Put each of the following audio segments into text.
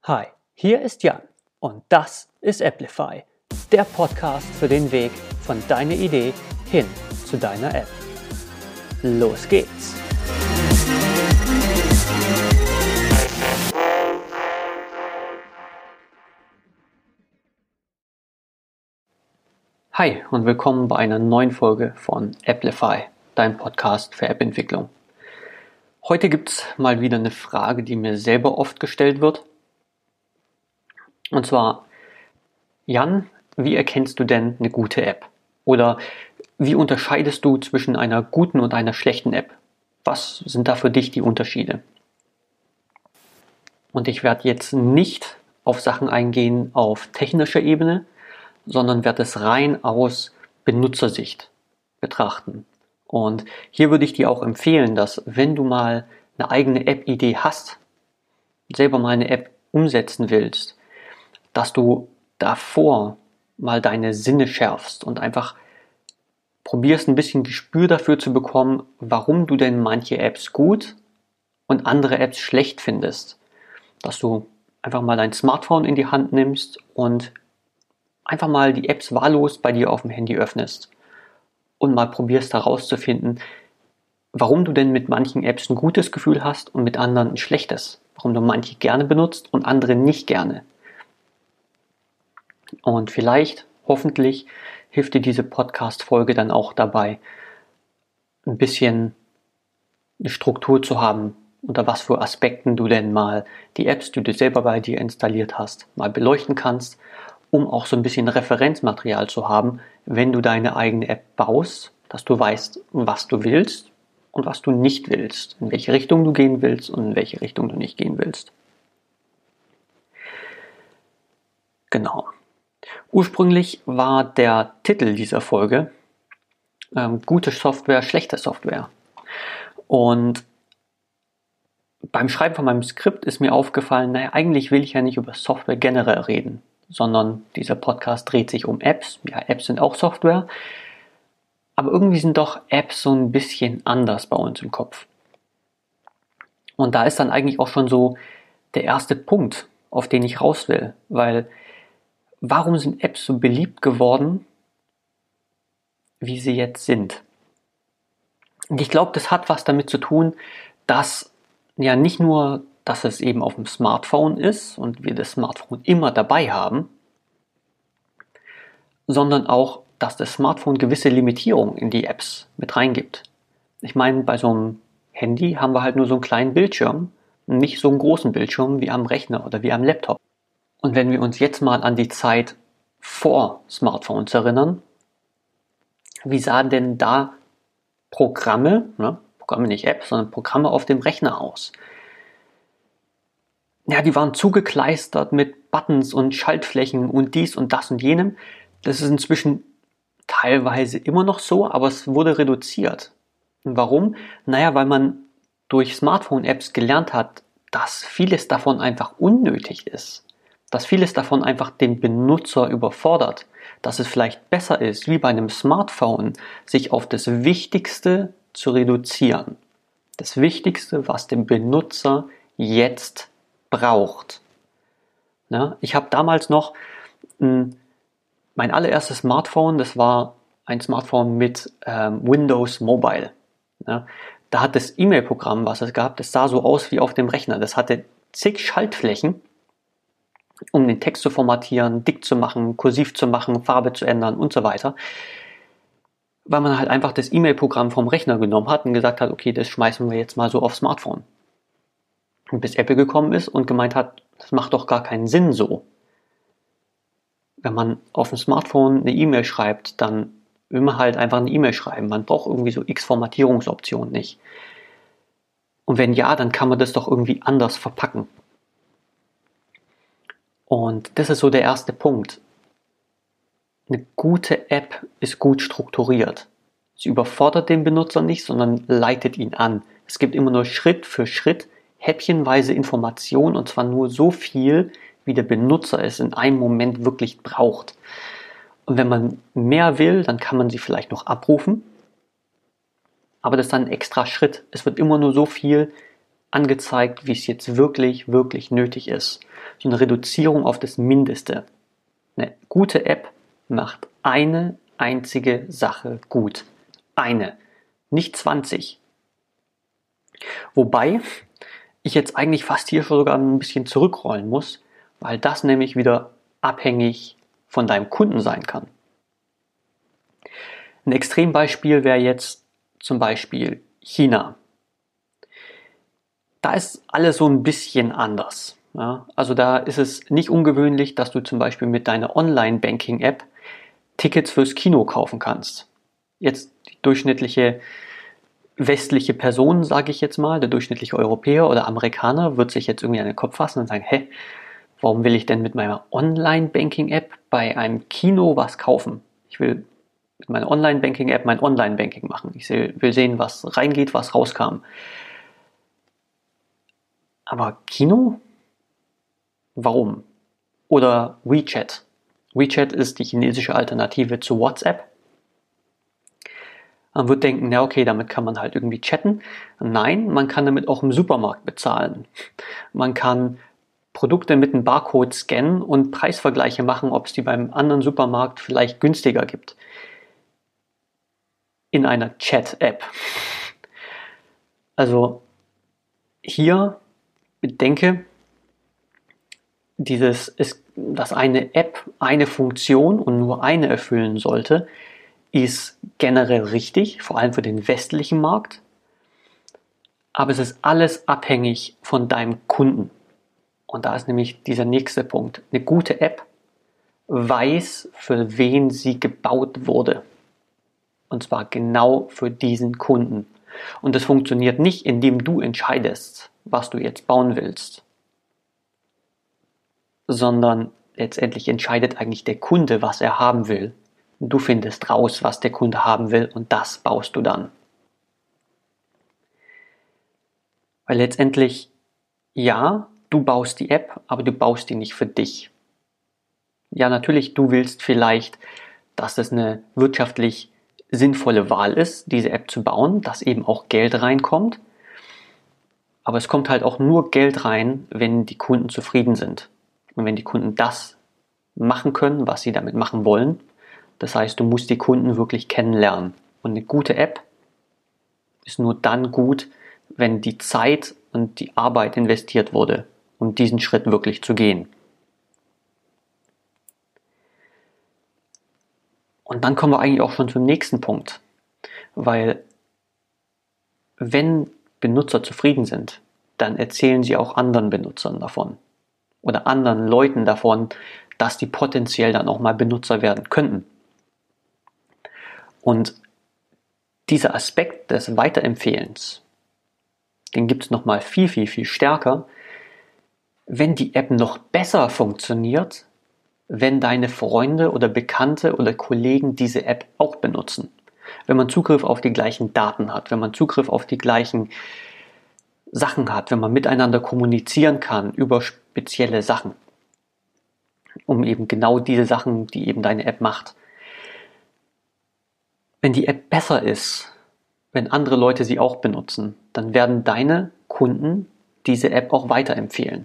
Hi, hier ist Jan und das ist Applify, der Podcast für den Weg von deiner Idee hin zu deiner App. Los geht's! Hi und willkommen bei einer neuen Folge von Applify, deinem Podcast für App-Entwicklung. Heute gibt es mal wieder eine Frage, die mir selber oft gestellt wird. Und zwar, Jan, wie erkennst du denn eine gute App? Oder wie unterscheidest du zwischen einer guten und einer schlechten App? Was sind da für dich die Unterschiede? Und ich werde jetzt nicht auf Sachen eingehen auf technischer Ebene, sondern werde es rein aus Benutzersicht betrachten. Und hier würde ich dir auch empfehlen, dass wenn du mal eine eigene App-Idee hast, selber mal eine App umsetzen willst, dass du davor mal deine Sinne schärfst und einfach probierst ein bisschen Gespür dafür zu bekommen, warum du denn manche Apps gut und andere Apps schlecht findest. Dass du einfach mal dein Smartphone in die Hand nimmst und einfach mal die Apps wahllos bei dir auf dem Handy öffnest und mal probierst herauszufinden, warum du denn mit manchen Apps ein gutes Gefühl hast und mit anderen ein schlechtes. Warum du manche gerne benutzt und andere nicht gerne. Und vielleicht, hoffentlich, hilft dir diese Podcast-Folge dann auch dabei, ein bisschen eine Struktur zu haben, unter was für Aspekten du denn mal die Apps, die du selber bei dir installiert hast, mal beleuchten kannst, um auch so ein bisschen Referenzmaterial zu haben, wenn du deine eigene App baust, dass du weißt, was du willst und was du nicht willst, in welche Richtung du gehen willst und in welche Richtung du nicht gehen willst. Genau. Ursprünglich war der Titel dieser Folge gute Software, schlechte Software. Und beim Schreiben von meinem Skript ist mir aufgefallen, eigentlich will ich ja nicht über Software generell reden, sondern dieser Podcast dreht sich um Apps. Ja, Apps sind auch Software, aber irgendwie sind doch Apps so ein bisschen anders bei uns im Kopf. Und da ist dann eigentlich auch schon so der erste Punkt, auf den ich raus will, weil warum sind Apps so beliebt geworden, wie sie jetzt sind? Und ich glaube, das hat was damit zu tun, dass ja nicht nur, dass es eben auf dem Smartphone ist und wir das Smartphone immer dabei haben, sondern auch, dass das Smartphone gewisse Limitierungen in die Apps mit reingibt. Ich meine, bei so einem Handy haben wir halt nur so einen kleinen Bildschirm, nicht so einen großen Bildschirm wie am Rechner oder wie am Laptop. Und wenn wir uns jetzt mal an die Zeit vor Smartphones erinnern, wie sahen denn da Programme nicht Apps, sondern Programme auf dem Rechner aus? Ja, die waren zugekleistert mit Buttons und Schaltflächen und dies und das und jenem. Das ist inzwischen teilweise immer noch so, aber es wurde reduziert. Und warum? Weil man durch Smartphone-Apps gelernt hat, dass vieles davon einfach unnötig ist. Dass vieles davon einfach den Benutzer überfordert. Dass es vielleicht besser ist, wie bei einem Smartphone, sich auf das Wichtigste zu reduzieren. Das Wichtigste, was dem Benutzer jetzt braucht. Ja, ich habe damals noch mein allererstes Smartphone, das war ein Smartphone mit Windows Mobile. Ja, da hat das E-Mail-Programm, was es gab, das sah so aus wie auf dem Rechner. Das hatte zig Schaltflächen, um den Text zu formatieren, dick zu machen, kursiv zu machen, Farbe zu ändern und so weiter. Weil man halt einfach das E-Mail-Programm vom Rechner genommen hat und gesagt hat, okay, das schmeißen wir jetzt mal so aufs Smartphone. Und bis Apple gekommen ist und gemeint hat, das macht doch gar keinen Sinn so. Wenn man auf dem Smartphone eine E-Mail schreibt, dann will man halt einfach eine E-Mail schreiben. Man braucht irgendwie so x Formatierungsoptionen nicht. Und wenn ja, dann kann man das doch irgendwie anders verpacken. Und das ist so der erste Punkt. Eine gute App ist gut strukturiert. Sie überfordert den Benutzer nicht, sondern leitet ihn an. Es gibt immer nur Schritt für Schritt häppchenweise Informationen und zwar nur so viel, wie der Benutzer es in einem Moment wirklich braucht. Und wenn man mehr will, dann kann man sie vielleicht noch abrufen. Aber das ist dann ein extra Schritt. Es wird immer nur so viel angezeigt, wie es jetzt wirklich, wirklich nötig ist. So eine Reduzierung auf das Mindeste. Eine gute App macht eine einzige Sache gut. Eine, nicht 20. Wobei ich jetzt eigentlich fast hier sogar ein bisschen zurückrollen muss, weil das nämlich wieder abhängig von deinem Kunden sein kann. Ein Extrembeispiel wäre jetzt zum Beispiel China. Da ist alles so ein bisschen anders. Ja? Also da ist es nicht ungewöhnlich, dass du zum Beispiel mit deiner Online-Banking-App Tickets fürs Kino kaufen kannst. Jetzt die durchschnittliche westliche Person, sage ich jetzt mal, der durchschnittliche Europäer oder Amerikaner, wird sich jetzt irgendwie an den Kopf fassen und sagen, hä, warum will ich denn mit meiner Online-Banking-App bei einem Kino was kaufen? Ich will mit meiner Online-Banking-App mein Online-Banking machen. Ich will sehen, was reingeht, was rauskam. Aber Kino? Warum? Oder WeChat. WeChat ist die chinesische Alternative zu WhatsApp. Man wird denken, ja okay, damit kann man halt irgendwie chatten. Nein, man kann damit auch im Supermarkt bezahlen. Man kann Produkte mit einem Barcode scannen und Preisvergleiche machen, ob es die beim anderen Supermarkt vielleicht günstiger gibt. In einer Chat-App. Also hier bedenke, dass eine App eine Funktion und nur eine erfüllen sollte, ist generell richtig, vor allem für den westlichen Markt. Aber es ist alles abhängig von deinem Kunden. Und da ist nämlich dieser nächste Punkt. Eine gute App weiß, für wen sie gebaut wurde. Und zwar genau für diesen Kunden. Und das funktioniert nicht, indem du entscheidest, was du jetzt bauen willst, sondern letztendlich entscheidet eigentlich der Kunde, was er haben will. Du findest raus, was der Kunde haben will und das baust du dann. Weil letztendlich, ja, du baust die App, aber du baust die nicht für dich. Ja, natürlich, du willst vielleicht, dass es eine wirtschaftlich sinnvolle Wahl ist, diese App zu bauen, dass eben auch Geld reinkommt. Aber es kommt halt auch nur Geld rein, wenn die Kunden zufrieden sind. Und wenn die Kunden das machen können, was sie damit machen wollen. Das heißt, du musst die Kunden wirklich kennenlernen. Und eine gute App ist nur dann gut, wenn die Zeit und die Arbeit investiert wurde, um diesen Schritt wirklich zu gehen. Und dann kommen wir eigentlich auch schon zum nächsten Punkt. Weil wenn Benutzer zufrieden sind, dann erzählen sie auch anderen Benutzern davon. Oder anderen Leuten davon, dass die potenziell dann auch mal Benutzer werden könnten. Und dieser Aspekt des Weiterempfehlens, den gibt es nochmal viel, viel, viel stärker, wenn die App noch besser funktioniert, wenn deine Freunde oder Bekannte oder Kollegen diese App auch benutzen. Wenn man Zugriff auf die gleichen Daten hat, wenn man Zugriff auf die gleichen Sachen hat, wenn man miteinander kommunizieren kann über spezielle Sachen, um eben genau diese Sachen, die eben deine App macht. Wenn die App besser ist, wenn andere Leute sie auch benutzen, dann werden deine Kunden diese App auch weiterempfehlen.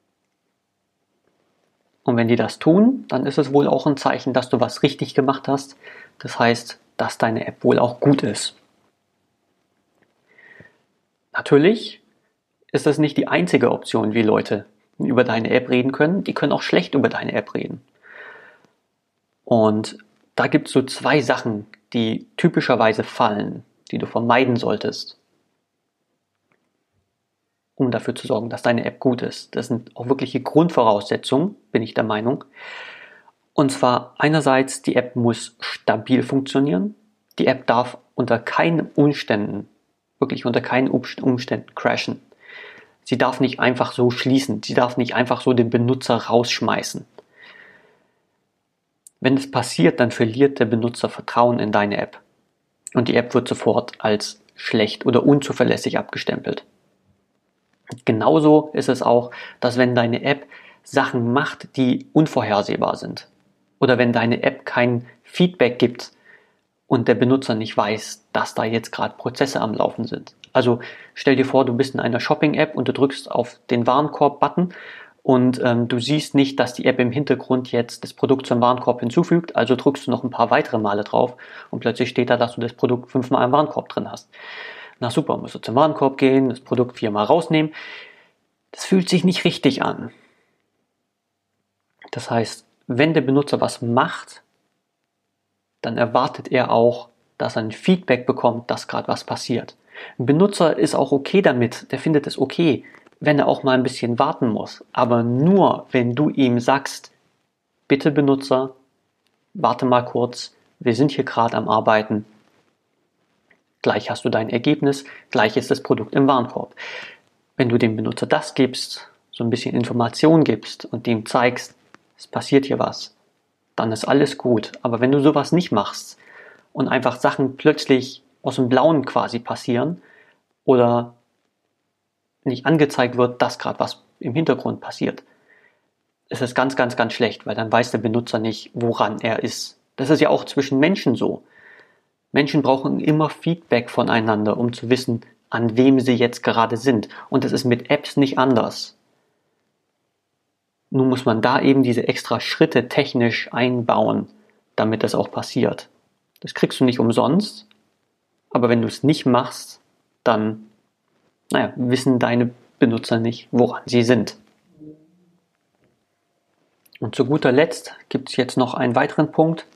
Und wenn die das tun, dann ist es wohl auch ein Zeichen, dass du was richtig gemacht hast. Das heißt, dass deine App wohl auch gut ist. Natürlich ist das nicht die einzige Option, wie Leute über deine App reden können. Die können auch schlecht über deine App reden. Und da gibt es so zwei Sachen, die typischerweise fallen, die du vermeiden solltest, um dafür zu sorgen, dass deine App gut ist. Das sind auch wirkliche Grundvoraussetzungen, bin ich der Meinung. Und zwar einerseits, die App muss stabil funktionieren. Die App darf unter keinen Umständen, wirklich unter keinen Umständen crashen. Sie darf nicht einfach so schließen. Sie darf nicht einfach so den Benutzer rausschmeißen. Wenn es passiert, dann verliert der Benutzer Vertrauen in deine App. Und die App wird sofort als schlecht oder unzuverlässig abgestempelt. Genauso ist es auch, dass wenn deine App Sachen macht, die unvorhersehbar sind, oder wenn deine App kein Feedback gibt und der Benutzer nicht weiß, dass da jetzt gerade Prozesse am Laufen sind, Also stell dir vor, du bist in einer Shopping-App und du drückst auf den Warenkorb-Button und du siehst nicht, dass die App im Hintergrund jetzt das Produkt zum Warenkorb hinzufügt, also drückst du noch ein paar weitere Male drauf und plötzlich steht da, dass du das Produkt 5-mal im Warenkorb drin hast. Na super, musst du zum Warenkorb gehen, das Produkt 4-mal rausnehmen. Das fühlt sich nicht richtig an. Das heißt, wenn der Benutzer was macht, dann erwartet er auch, dass er ein Feedback bekommt, dass gerade was passiert. Ein Benutzer ist auch okay damit, der findet es okay, wenn er auch mal ein bisschen warten muss. Aber nur, wenn du ihm sagst, bitte Benutzer, warte mal kurz, wir sind hier gerade am Arbeiten. Gleich hast du dein Ergebnis, gleich ist das Produkt im Warenkorb. Wenn du dem Benutzer das gibst, so ein bisschen Information gibst und dem zeigst, es passiert hier was, dann ist alles gut. Aber wenn du sowas nicht machst und einfach Sachen plötzlich aus dem Blauen quasi passieren oder nicht angezeigt wird, dass gerade was im Hintergrund passiert, ist es ganz, ganz, ganz schlecht, weil dann weiß der Benutzer nicht, woran er ist. Das ist ja auch zwischen Menschen so. Menschen brauchen immer Feedback voneinander, um zu wissen, an wem sie jetzt gerade sind. Und das ist mit Apps nicht anders. Nun muss man da eben diese extra Schritte technisch einbauen, damit das auch passiert. Das kriegst du nicht umsonst, aber wenn du es nicht machst, dann wissen deine Benutzer nicht, woran sie sind. Und zu guter Letzt gibt es jetzt noch einen weiteren Punkt.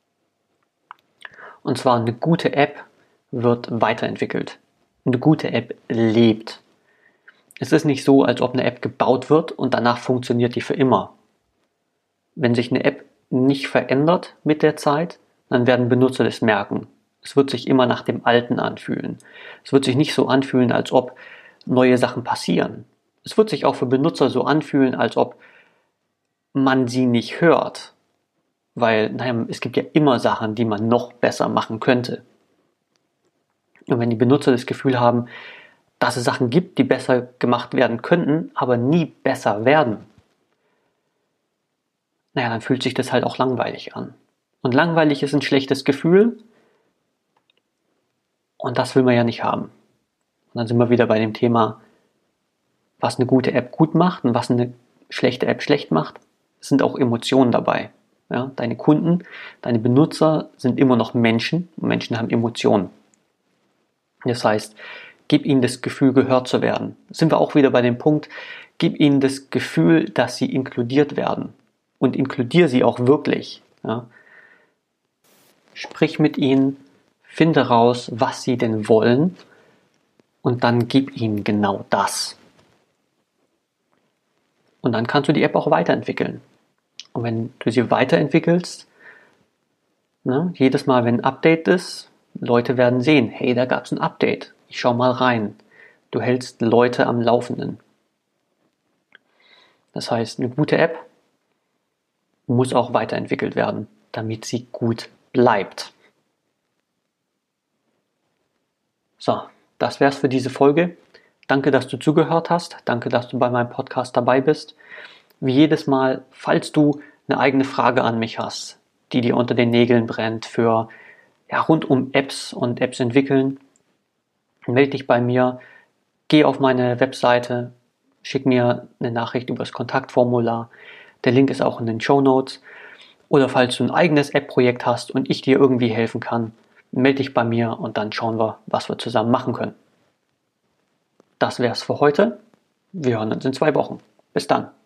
Und zwar eine gute App wird weiterentwickelt. Eine gute App lebt. Es ist nicht so, als ob eine App gebaut wird und danach funktioniert die für immer. Wenn sich eine App nicht verändert mit der Zeit, dann werden Benutzer das merken. Es wird sich immer nach dem Alten anfühlen. Es wird sich nicht so anfühlen, als ob neue Sachen passieren. Es wird sich auch für Benutzer so anfühlen, als ob man sie nicht hört. Weil, es gibt ja immer Sachen, die man noch besser machen könnte. Und wenn die Benutzer das Gefühl haben, dass es Sachen gibt, die besser gemacht werden könnten, aber nie besser werden, dann fühlt sich das halt auch langweilig an. Und langweilig ist ein schlechtes Gefühl und das will man ja nicht haben. Und dann sind wir wieder bei dem Thema, was eine gute App gut macht und was eine schlechte App schlecht macht. Es sind auch Emotionen dabei. Ja, deine Kunden, deine Benutzer sind immer noch Menschen und Menschen haben Emotionen. Das heißt, gib ihnen das Gefühl, gehört zu werden. Da sind wir auch wieder bei dem Punkt, gib ihnen das Gefühl, dass sie inkludiert werden. Und inkludiere sie auch wirklich. Ja. Sprich mit ihnen, finde raus, was sie denn wollen und dann gib ihnen genau das. Und dann kannst du die App auch weiterentwickeln. Und wenn du sie weiterentwickelst, jedes Mal, wenn ein Update ist, Leute werden sehen, hey, da gab es ein Update. Ich schau mal rein. Du hältst Leute am Laufenden. Das heißt, eine gute App muss auch weiterentwickelt werden, damit sie gut bleibt. So, das wär's für diese Folge. Danke, dass du zugehört hast. Danke, dass du bei meinem Podcast dabei bist. Wie jedes Mal, falls du eine eigene Frage an mich hast, die dir unter den Nägeln brennt für rund um Apps und Apps entwickeln, melde dich bei mir, geh auf meine Webseite, schick mir eine Nachricht über das Kontaktformular. Der Link ist auch in den Shownotes. Oder falls du ein eigenes App-Projekt hast und ich dir irgendwie helfen kann, melde dich bei mir und dann schauen wir, was wir zusammen machen können. Das wär's für heute. Wir hören uns in 2 Wochen. Bis dann.